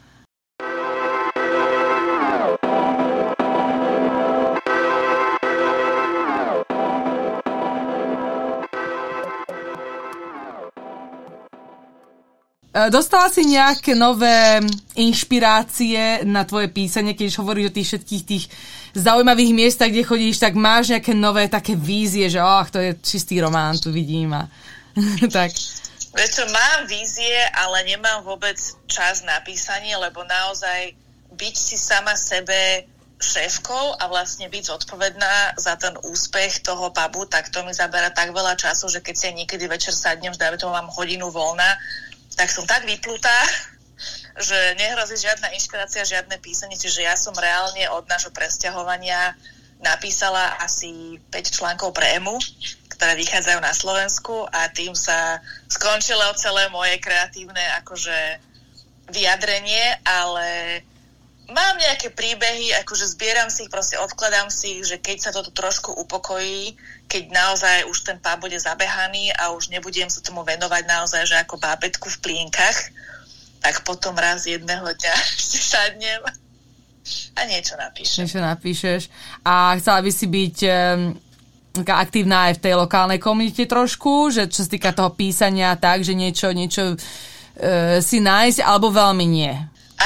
Dostala si nejaké nové inšpirácie na tvoje písanie, keď hovoríš o tých všetkých tých zaujímavých miestach, kde chodíš, tak máš nejaké nové také vízie, že to je čistý román, tu vidím a tak. Vieš čo, mám vízie, ale nemám vôbec čas na písanie, lebo naozaj byť si sama sebe šéfkou a vlastne byť zodpovedná za ten úspech toho pubu, tak to mi zabera tak veľa času, že keď si niekedy večer sadnem, že dajme tomu mám hodinu voľna, tak som tak vyplutá, že nehrozí žiadna inšpirácia, žiadne písanie, čiže ja som reálne od nášho presťahovania napísala asi 5 článkov pre EMU, ktoré vychádzajú na Slovensku a tým sa skončilo celé moje kreatívne akože vyjadrenie, ale mám nejaké príbehy, akože zbieram si ich, proste odkladám si, že keď sa toto trošku upokojí, keď naozaj už ten pub bude zabehaný a už nebudem sa tomu venovať naozaj, že ako bábätku v plienkach, tak potom raz jedného dňa si sadnem a niečo napíšeš. A chcela by si byť taká aktívna aj v tej lokálnej komunite trošku, že čo sa týka toho písania tak, že niečo si nájsť, alebo veľmi nie? Aj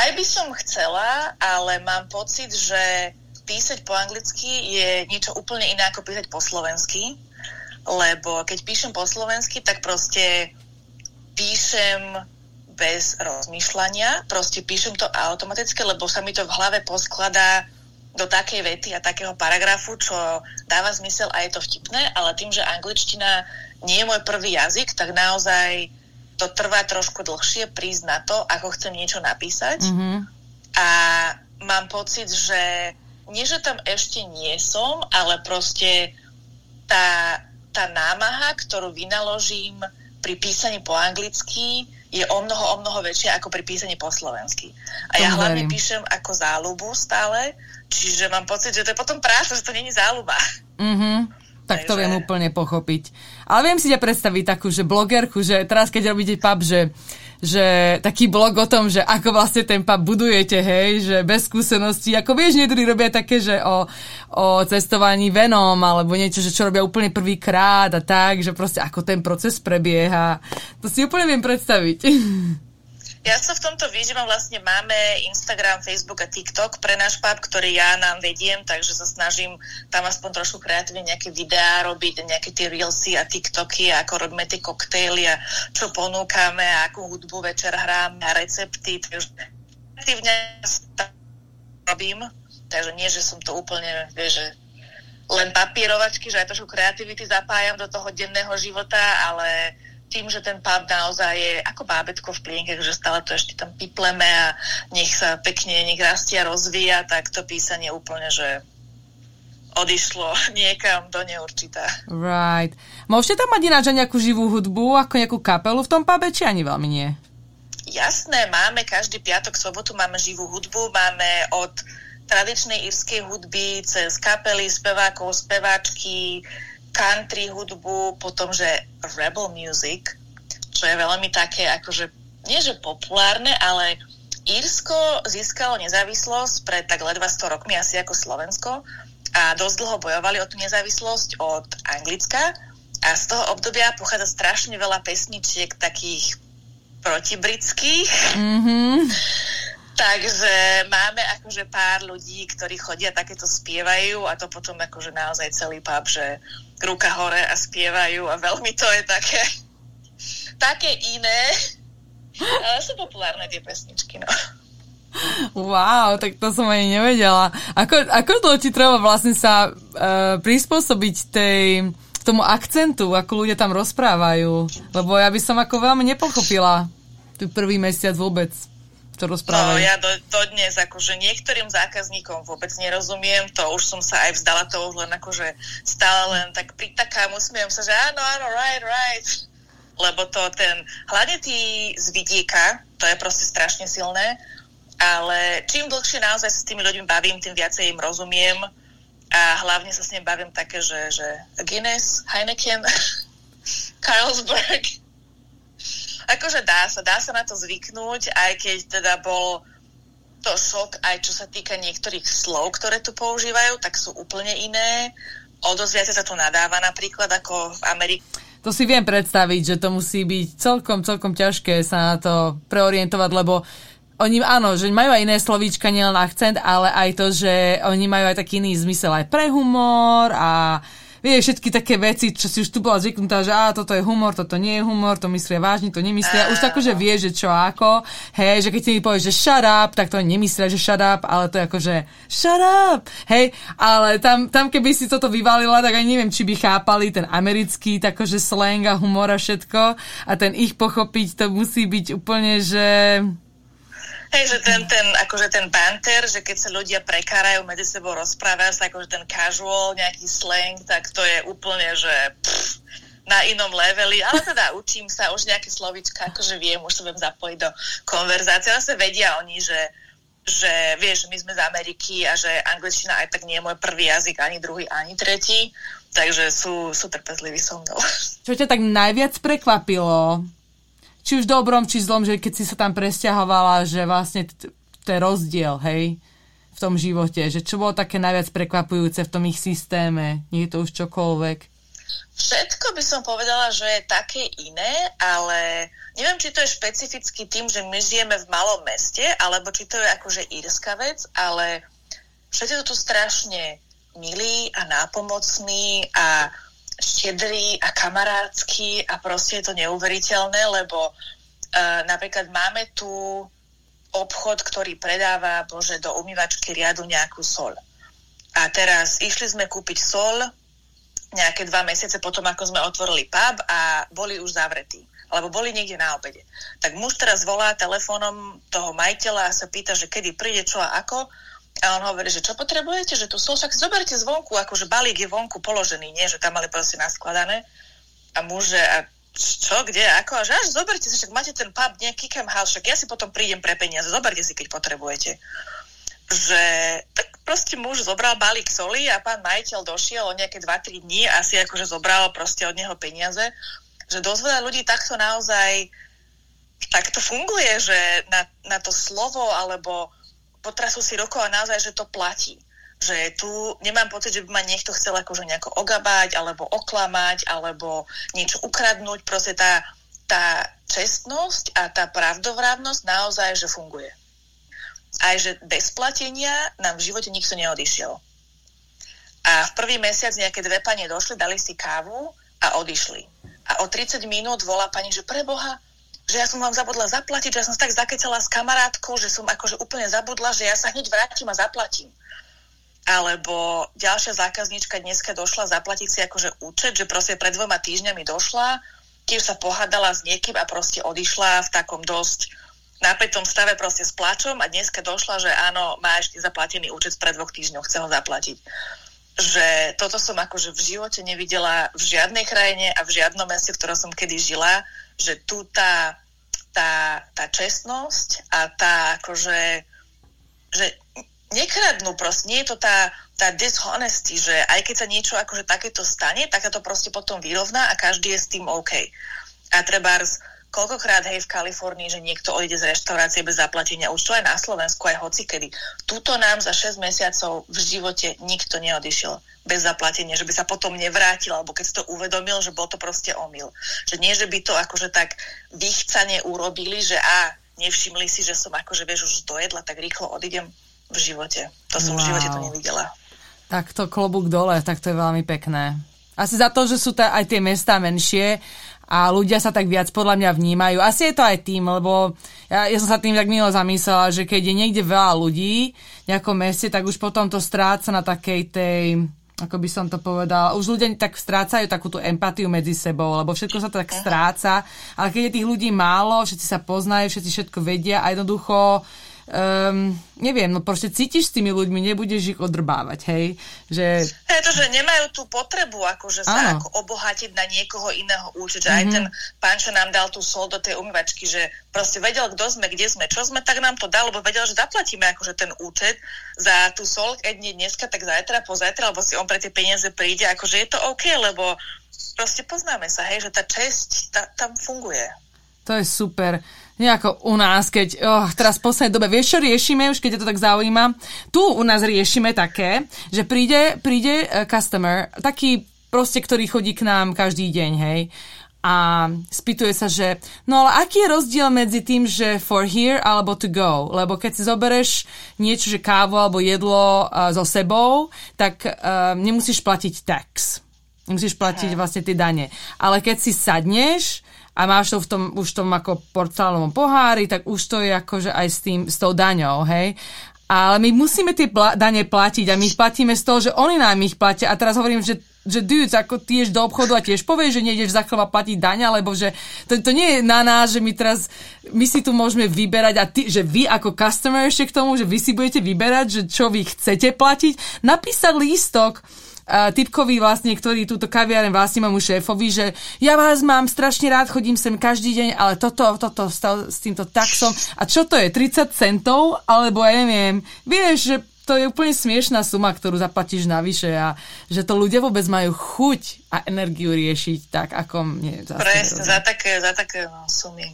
Aj by som chcela, ale mám pocit, že písať po anglicky je niečo úplne iné ako písať po slovensky, lebo keď píšem po slovensky, tak proste píšem bez rozmýšľania, proste píšem to automaticky, lebo sa mi to v hlave poskladá do takej vety a takého paragrafu, čo dáva zmysel a je to vtipné, ale tým, že angličtina nie je môj prvý jazyk, tak naozaj to trvá trošku dlhšie prísť na to, ako chcem niečo napísať. Mm-hmm. A mám pocit, že nie, že tam ešte nie som, ale proste tá námaha, ktorú vynaložím pri písaní po anglicky, je o mnoho väčšia ako pri písaní po slovensky. A ja hlavne píšem ako záľubu stále, čiže mám pocit, že to je potom práca, že to nie je záľuba. Mhm. Tak to viem úplne pochopiť. Ale viem si ťa predstaviť takú, že blogerku, že teraz keď robíte pub, že taký blog o tom, že ako vlastne ten pub budujete, hej, že bez skúseností, ako vieš, niektorí robia také, že o cestovaní venom, alebo niečo, že čo robia úplne prvýkrát a tak, že proste ako ten proces prebieha. To si úplne viem predstaviť. Ja sa v tomto vyžívam, vlastne máme Instagram, Facebook a TikTok pre náš pub, ktorý ja nám vediem, takže sa snažím tam aspoň trošku kreatívne nejaké videá robiť, nejaké tie reelsy a TikToky, ako robíme tie koktejly a čo ponúkame, a akú hudbu večer hráme a recepty, takže kreatívne robím, takže nie, že som to úplne, vieš, že len papírovačky, že aj trošku kreativity zapájam do toho denného života, ale tým, že ten pub naozaj je ako bábätko v plienkach, že stále to ešte tam pipleme a nech sa pekne, nech rastie a rozvíja, tak to písanie úplne, že odišlo niekam do neurčitá. Right. Môžete tam mať ináč nejakú živú hudbu, ako nejakú kapelu v tom pube, či ani veľmi nie? Jasné, máme každý piatok, sobotu máme živú hudbu, máme od tradičnej írskej hudby cez kapely, spevákov, speváčky, country hudbu, potom, že rebel music, čo je veľmi také, akože, nie že populárne, ale Írsko získalo nezávislosť pred tak ledva 100 rokmi, asi ako Slovensko, a dosť dlho bojovali o tú nezávislosť od Anglicka a z toho obdobia pochádza strašne veľa pesničiek takých protibritských. Mm-hmm. Takže máme akože pár ľudí, ktorí chodia takéto spievajú a to potom akože naozaj celý pub, že ruka hore a spievajú a veľmi to je také iné. Ale sú populárne tie pesničky, no. Wow, tak to som ani nevedela. Ako dlho ti treba vlastne sa prispôsobiť tomu akcentu, ako ľudia tam rozprávajú? Lebo ja by som ako veľmi nepochopila tu prvý mesiac vôbec, čo rozprávajú. No ja dodnes akože niektorým zákazníkom vôbec nerozumiem, to už som sa aj vzdala, to už len akože stále len tak pritakám, usmiem sa, že áno, right. Lebo to hlavne tí z vidieka, to je proste strašne silné, ale čím dlhšie naozaj sa s tými ľuďmi bavím, tým viacej im rozumiem a hlavne sa s nimi bavím také, že Guinness, Heineken, Carlsberg. Akože dá sa na to zvyknúť, aj keď teda bol to šok, aj čo sa týka niektorých slov, ktoré tu používajú, tak sú úplne iné. O dosť viac sa tu nadáva napríklad ako v Amerike. To si viem predstaviť, že to musí byť celkom ťažké sa na to preorientovať, lebo oni, áno, že majú aj iné slovíčka, nielen akcent, ale aj to, že oni majú aj taký iný zmysel aj pre humor a vieš, všetky také veci, čo si už tu bola zvyknutá, že toto je humor, toto nie je humor, to myslia vážne, to nemyslia. Už tak, že vieš, že čo ako. Hej, že keď si mi povieš, že shut up, tak to nemyslia, že shut up, ale to je ako, že shut up. Hej, ale tam keby si toto vyvalila, tak aj neviem, či by chápali ten americký, takože slang a humor a všetko. A ten ich pochopiť, to musí byť úplne, že... Hej, že ten banter, že keď sa ľudia prekárajú, medzi sebou rozprávajú sa, akože ten casual, nejaký slang, tak to je úplne, že na inom leveli, ale teda učím sa už nejaké slovíčka, akože viem, už sa viem zapojiť do konverzácie, ale sa vedia oni, že vieš, my sme z Ameriky a že angličtina aj tak nie je môj prvý jazyk, ani druhý, ani tretí, takže sú trpezliví so mnou. Čo ťa tak najviac prekvapilo? Či už dobrom, či zlom, že keď si sa tam presťahovala, že vlastne ten rozdiel, hej, v tom živote, že čo bolo také najviac prekvapujúce v tom ich systéme, nie je to už čokoľvek? Všetko by som povedala, že je také iné, ale neviem, či to je špecificky tým, že my žijeme v malom meste, alebo či to je akože írska vec, ale všetci sú tu strašne milí a nápomocní a štedrí a kamarátsky a proste je to neuveriteľné, lebo napríklad máme tu obchod, ktorý predáva, do umývačky riadu nejakú soľ. A teraz išli sme kúpiť soľ nejaké 2 mesiace potom, ako sme otvorili pub a boli už zavretí. Alebo boli niekde na obede. Tak muž teraz volá telefónom toho majiteľa a sa pýta, že kedy príde, čo a ako. A on hovorí, že čo potrebujete, že tu soľ, však zoberte zvonku, akože balík je vonku položený, nie, že tam mali proste naskladané. A muž, že a čo, kde, ako, a že až zoberte si, však máte ten pub, nie, Kickham House, však ja si potom prídem pre peniaze, zoberte si, keď potrebujete. Že tak proste muž zobral balík soli a pán majiteľ došiel o nejaké 2-3 dní a si akože zobral proste od neho peniaze, že dosť veľa ľudí takto naozaj takto funguje, že na to slovo alebo potrasú si rokov a naozaj, že to platí. Že tu nemám pocit, že by ma niekto chcel akože nejako ogabať, alebo oklamať, alebo niečo ukradnúť. Proste tá čestnosť a tá pravdovravnosť naozaj, že funguje. Aj že bez platenia nám v živote nikto neodišiel. A v prvý mesiac nejaké 2 pani došli, dali si kávu a odišli. A o 30 minút volá pani, že preboha, že ja som vám zabudla zaplatiť, že ja som sa tak zakecala s kamarátkou, že som akože úplne zabudla, že ja sa hneď vrátim a zaplatím. Alebo ďalšia zákazníčka dneska došla zaplatiť si akože účet, že proste pred 2 týždňami došla, tiež sa pohádala s niekým a proste odišla v takom dosť napätom stave proste s plačom a dneska došla, že áno, má ešte zaplatený účet pred 2 týždňoch, chce ho zaplatiť. Že toto som akože v živote nevidela v žiadnej krajine a v žiadnom meste, v ktorom som kedy žila, že tu tá čestnosť a tá akože, že nekradnú proste, nie je to tá dishonesty, že aj keď sa niečo akože takéto stane, tak to proste potom vyrovná a každý je s tým OK. A trebárs koľkokrát, v Kalifornii, že niekto odíde z reštaurácie bez zaplatenia, už to aj na Slovensku, aj hocikedy. Tuto nám za 6 mesiacov v živote nikto neodišiel bez zaplatenia, že by sa potom nevrátil, alebo keď si to uvedomil, že bol to proste omyl. Že nie, že by to akože tak vychcane urobili, že nevšimli si, že som akože, už dojedla, tak rýchlo odídem v živote. To som v živote to nevidela. Tak to klobúk dole, tak to je veľmi pekné. Asi za to, že sú aj tie mestá menšie a ľudia sa tak viac podľa mňa vnímajú. Asi je to aj tým, lebo ja som sa tým tak milo zamyslela, že keď je niekde veľa ľudí v nejakom meste, tak už potom to stráca na takej tej, ako by som to povedala, už ľudia tak strácajú takú tú empatiu medzi sebou, lebo všetko sa tak stráca, ale keď je tých ľudí málo, všetci sa poznajú, všetci všetko vedia a jednoducho neviem, no proste cítiš s tými ľuďmi, nebudeš ich odrbávať, hej? Že... Je to, že nemajú tú potrebu akože sa ako obohatiť na niekoho iného účet, že aj ten pán, čo nám dal tú sol do tej umývačky, že proste vedel, kto sme, kde sme, čo sme, tak nám to dal, lebo vedel, že zaplatíme akože ten účet za tú sol, keď nie dneska, tak zajtra, pozajtra, alebo si on pre tie peniaze príde, akože je to OK, lebo proste poznáme sa, hej, že tá česť tam funguje. To je super. Nejako u nás, keď teraz v poslednej dobe, vieš čo riešime, už keď to tak zaujíma, tu u nás riešime také, že príde customer, taký proste, ktorý chodí k nám každý deň, hej, a spýtuje sa, že no ale aký je rozdiel medzi tým, že for here alebo to go, lebo keď si zobereš niečo, že kávu alebo jedlo so sebou, tak nemusíš platiť tax, nemusíš platiť vlastne tie dane, ale keď si sadneš a máš to už v tom ako porcelánovom pohári, tak už to je akože aj s tou daňou, hej. Ale my musíme tie dane platiť a my ich platíme z toho, že oni nám ich platia. A teraz hovorím, že dudes, ako ty ješ do obchodu a tiež povieš, že nejdeš za chleba platiť daň, alebo že to nie je na nás, že my si tu môžeme vyberať a že vy ako customer ešte k tomu, že vy si budete vyberať, že čo vy chcete platiť. Napísať lístok typkovi vlastne, ktorý túto kaviareň vlastne môjmu šéfovi, že ja vás mám strašne rád, chodím sem každý deň, ale toto s týmto taxom. A čo to je? 30 centov? Alebo ja neviem. Vieš, že to je úplne smiešná suma, ktorú zaplatíš navyše a že to ľudia vôbec majú chuť a energiu riešiť tak, ako mne zase. Presne, za také sumy.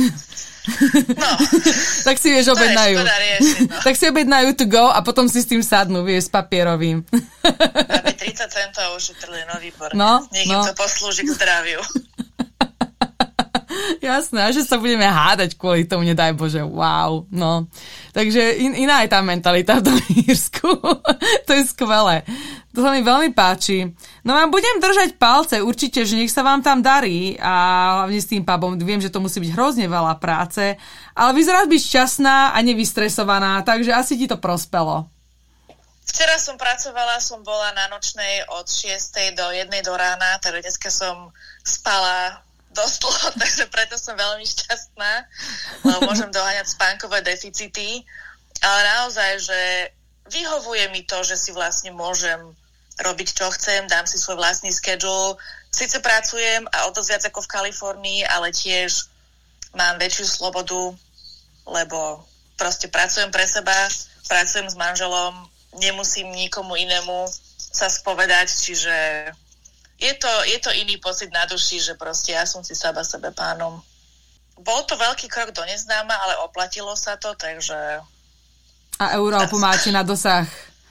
No. Tak si vieš objednajú. Tak si objednajú to go a potom si s tým sadnú, vieš, s papierovým. Aby 30 centov ušetrili, no výborné. No, Nech im to poslúži k zdraviu. Jasné, a že sa budeme hádať kvôli tomu, nedaj Bože, wow, no. Takže iná je tá mentalita v tom Írsku. To je skvelé. To sa mi veľmi páči. No vám budem držať palce, určite, že nech sa vám tam darí a hlavne s tým pubom. Viem, že to musí byť hrozne veľa práce, ale vyzeráš byť šťastná a nevystresovaná, takže asi ti to prospelo. Včera som pracovala, som bola na nočnej od 6 do 1 do rána, teda dneska som spala dosť dlho, takže preto som veľmi šťastná, lebo môžem doháňať spánkové deficity, ale naozaj, že vyhovuje mi to, že si vlastne môžem robiť, čo chcem, dám si svoj vlastný schedule. Sice pracujem a o dosť viac ako v Kalifornii, ale tiež mám väčšiu slobodu, lebo proste pracujem pre seba, pracujem s manželom, nemusím nikomu inému sa spovedať, čiže je to iný pocit na duši, že proste ja som si seba sebe pánom. Bol to veľký krok do neznáma, ale oplatilo sa to, takže... A Európu máte na dosah.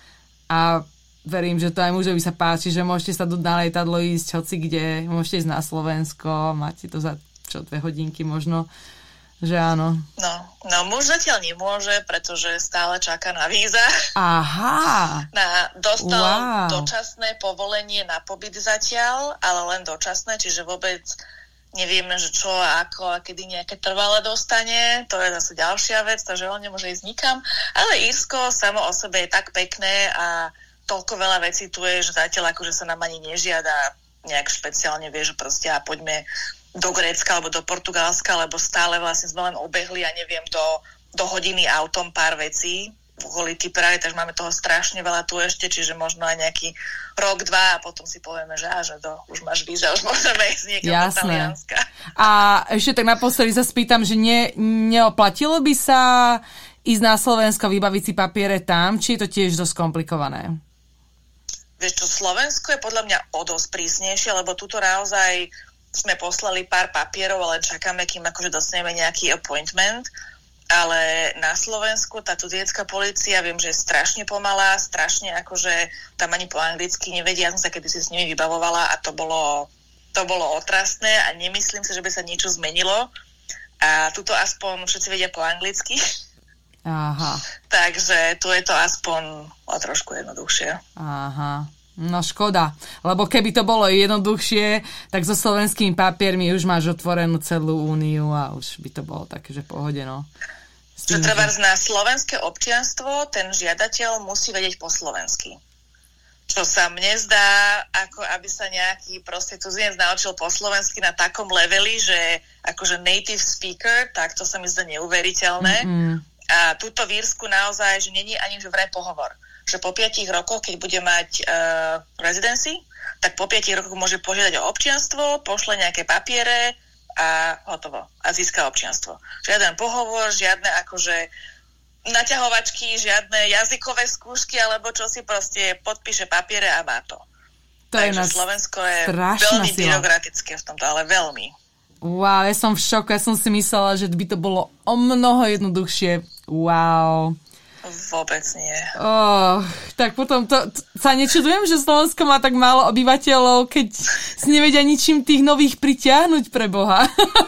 A verím, že to aj mužovi sa páči, že môžete sa na lietadlo ísť hoci kde, môžete ísť na Slovensko, máte to za 2 hodinky možno, že áno. No muž zatiaľ nemôže, pretože stále čaká na víza. Aha. Dostal dočasné povolenie na pobyt zatiaľ, ale len dočasné, čiže vôbec nevieme, že čo a ako a kedy nejaké trvalé dostane. To je zase ďalšia vec, takže on nemôže ísť nikam. Ale Írsko samo o sebe je tak pekné a toľko veľa vecí tu je, že zatiaľ akože sa nám ani nežiada nejak špeciálne, vie, že proste a poďme do Grécka alebo do Portugalska, lebo stále vlastne sme len obehli a neviem do hodiny autom pár vecí kvôli Prahe, takže máme toho strašne veľa tu ešte, čiže možno aj nejaký rok, 2 a potom si povieme, že už máš víza, už môžeme ísť niekam do Talianska. A ešte tak naposledy sa spýtam, že neoplatilo by sa ísť na Slovensko, vybaviť si papiere tam, či je to tiež dosť komplikované? Vieš čo, Slovensko je podľa mňa o dosť prísnejšie, lebo tuto naozaj sme poslali pár papierov, ale čakáme, kým akože dostaneme nejaký appointment. Ale na Slovensku tá turecká polícia, viem, že je strašne pomalá, strašne akože tam ani po anglicky nevedia, ja som sa kedysi s nimi vybavovala a to bolo otrasné a nemyslím si, že by sa niečo zmenilo. A tuto aspoň všetci vedia po anglicky. Aha. Takže tu je to aspoň o trošku jednoduchšie. Aha. No škoda, lebo keby to bolo jednoduchšie, tak so slovenskými papiermi už máš otvorenú celú úniu a už by to bolo také, že pohode, no. Čo treba na slovenské občianstvo, ten žiadateľ musí vedieť po slovensky. Čo sa mne zdá, ako aby sa nejaký proste cudzinec naučil po slovensky na takom leveli, že akože native speaker, tak to sa mi zdá neuveriteľné. A túto v Írsku naozaj, že není ani že vraj pohovor. Že po 5 rokoch, keď bude mať residency, tak po 5 rokoch môže požiadať o občianstvo, pošle nejaké papiere a hotovo. A získa občianstvo. Žiaden pohovor, žiadne akože naťahovačky, žiadne jazykové skúšky, alebo čo si proste podpíše papiere a má to. Takže Slovensko je veľmi byrokratické v tomto, ale veľmi. Wow, ja som v šoku, ja som si myslela, že by to bolo o mnoho jednoduchšie. Wow. Vôbec nie. Tak potom sa nečudujem, že Slovensko má tak málo obyvateľov, keď si nevedia ničím tých nových pritiahnuť pre Boha.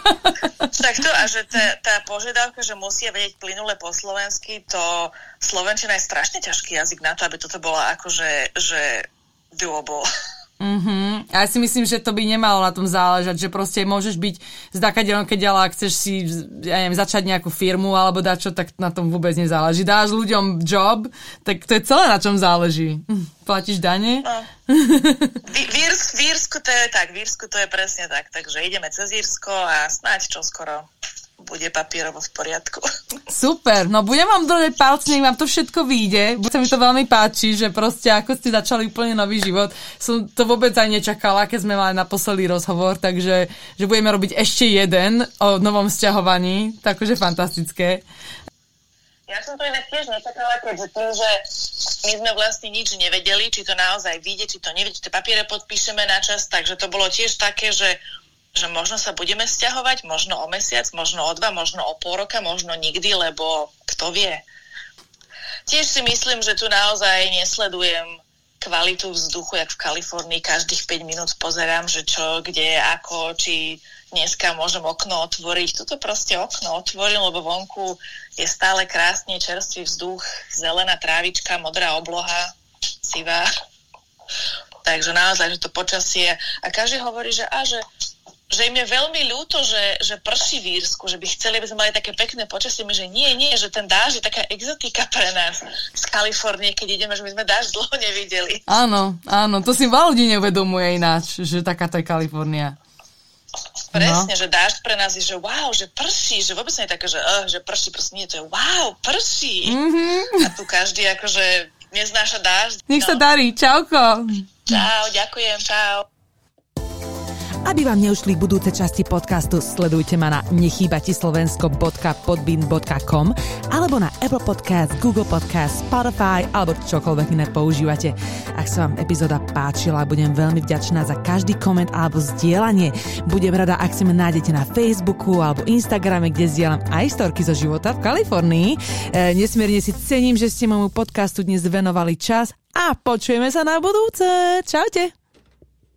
Tak to, a že tá požiadavka, že musia vedieť plynule po slovensky, to slovenčina je strašne ťažký jazyk na to, aby toto bolo akože že doable. Ja si myslím, že to by nemalo na tom záležať, že proste môžeš byť zdakadeľom, keď ak chceš si, ja neviem, začať nejakú firmu alebo dačo, tak na tom vôbec nezáleží. Dáš ľuďom job, tak to je celé, na čom záleží. Platíš dane? No. V Írsku to je tak, v Írsku to je presne tak, takže ideme cez Írsko a snáď čoskoro bude papierovo v poriadku. Super, no budem vám držať palce, nech vám to všetko vyjde. Sa mi to veľmi páči, že proste ako ste začali úplne nový život. Som to vôbec aj nečakala, keď sme mali naposledy rozhovor, takže že budeme robiť ešte jeden o novom sťahovaní, takže fantastické. Ja som to inak tiež nečakala, keďže tým, že my sme vlastne nič nevedeli, či to naozaj vyjde, či to nevyjde, tie papiere podpíšeme na čas, takže to bolo tiež také, že možno sa budeme sťahovať, možno o mesiac, možno o 2, možno o pol roka, možno nikdy, lebo kto vie. Tiež si myslím, že tu naozaj nesledujem kvalitu vzduchu, jak v Kalifornii, každých 5 minút pozerám, že čo, kde, ako, či dneska môžem okno otvoriť. Tuto proste okno otvorím, lebo vonku je stále krásne čerstvý vzduch, zelená trávička, modrá obloha, sivá. Takže naozaj, že to počasie. A každý hovorí, že im je veľmi ľúto, že prší v Írsku, že by chceli, aby sme mali také pekné počasie, že nie, že ten dážď je taká exotika pre nás z Kalifornie, keď ideme, že my sme dážď dlho nevideli. Áno, to si veľa ľudí neuvedomuje ináč, že takáto je Kalifornia. Presne, že dážď pre nás je, že wow, že prší, že vôbec nie je také, že prší, proste nie, to je wow, prší. A tu každý akože neznáša dážď. Nech sa darí, čauko. Čau, ďakujem, čau. Aby vám neušli budúce časti podcastu, sledujte ma na nechýbatislovensko.podbean.com alebo na Apple Podcast, Google Podcast, Spotify alebo čokoľvek iné používate. Ak sa vám epizóda páčila, budem veľmi vďačná za každý koment alebo zdieľanie. Budem rada, ak si ma nájdete na Facebooku alebo Instagrame, kde zdieľam aj storky zo života v Kalifornii. Nesmierne si cením, že ste môjmu podcastu dnes venovali čas a počujeme sa na budúce. Čaute.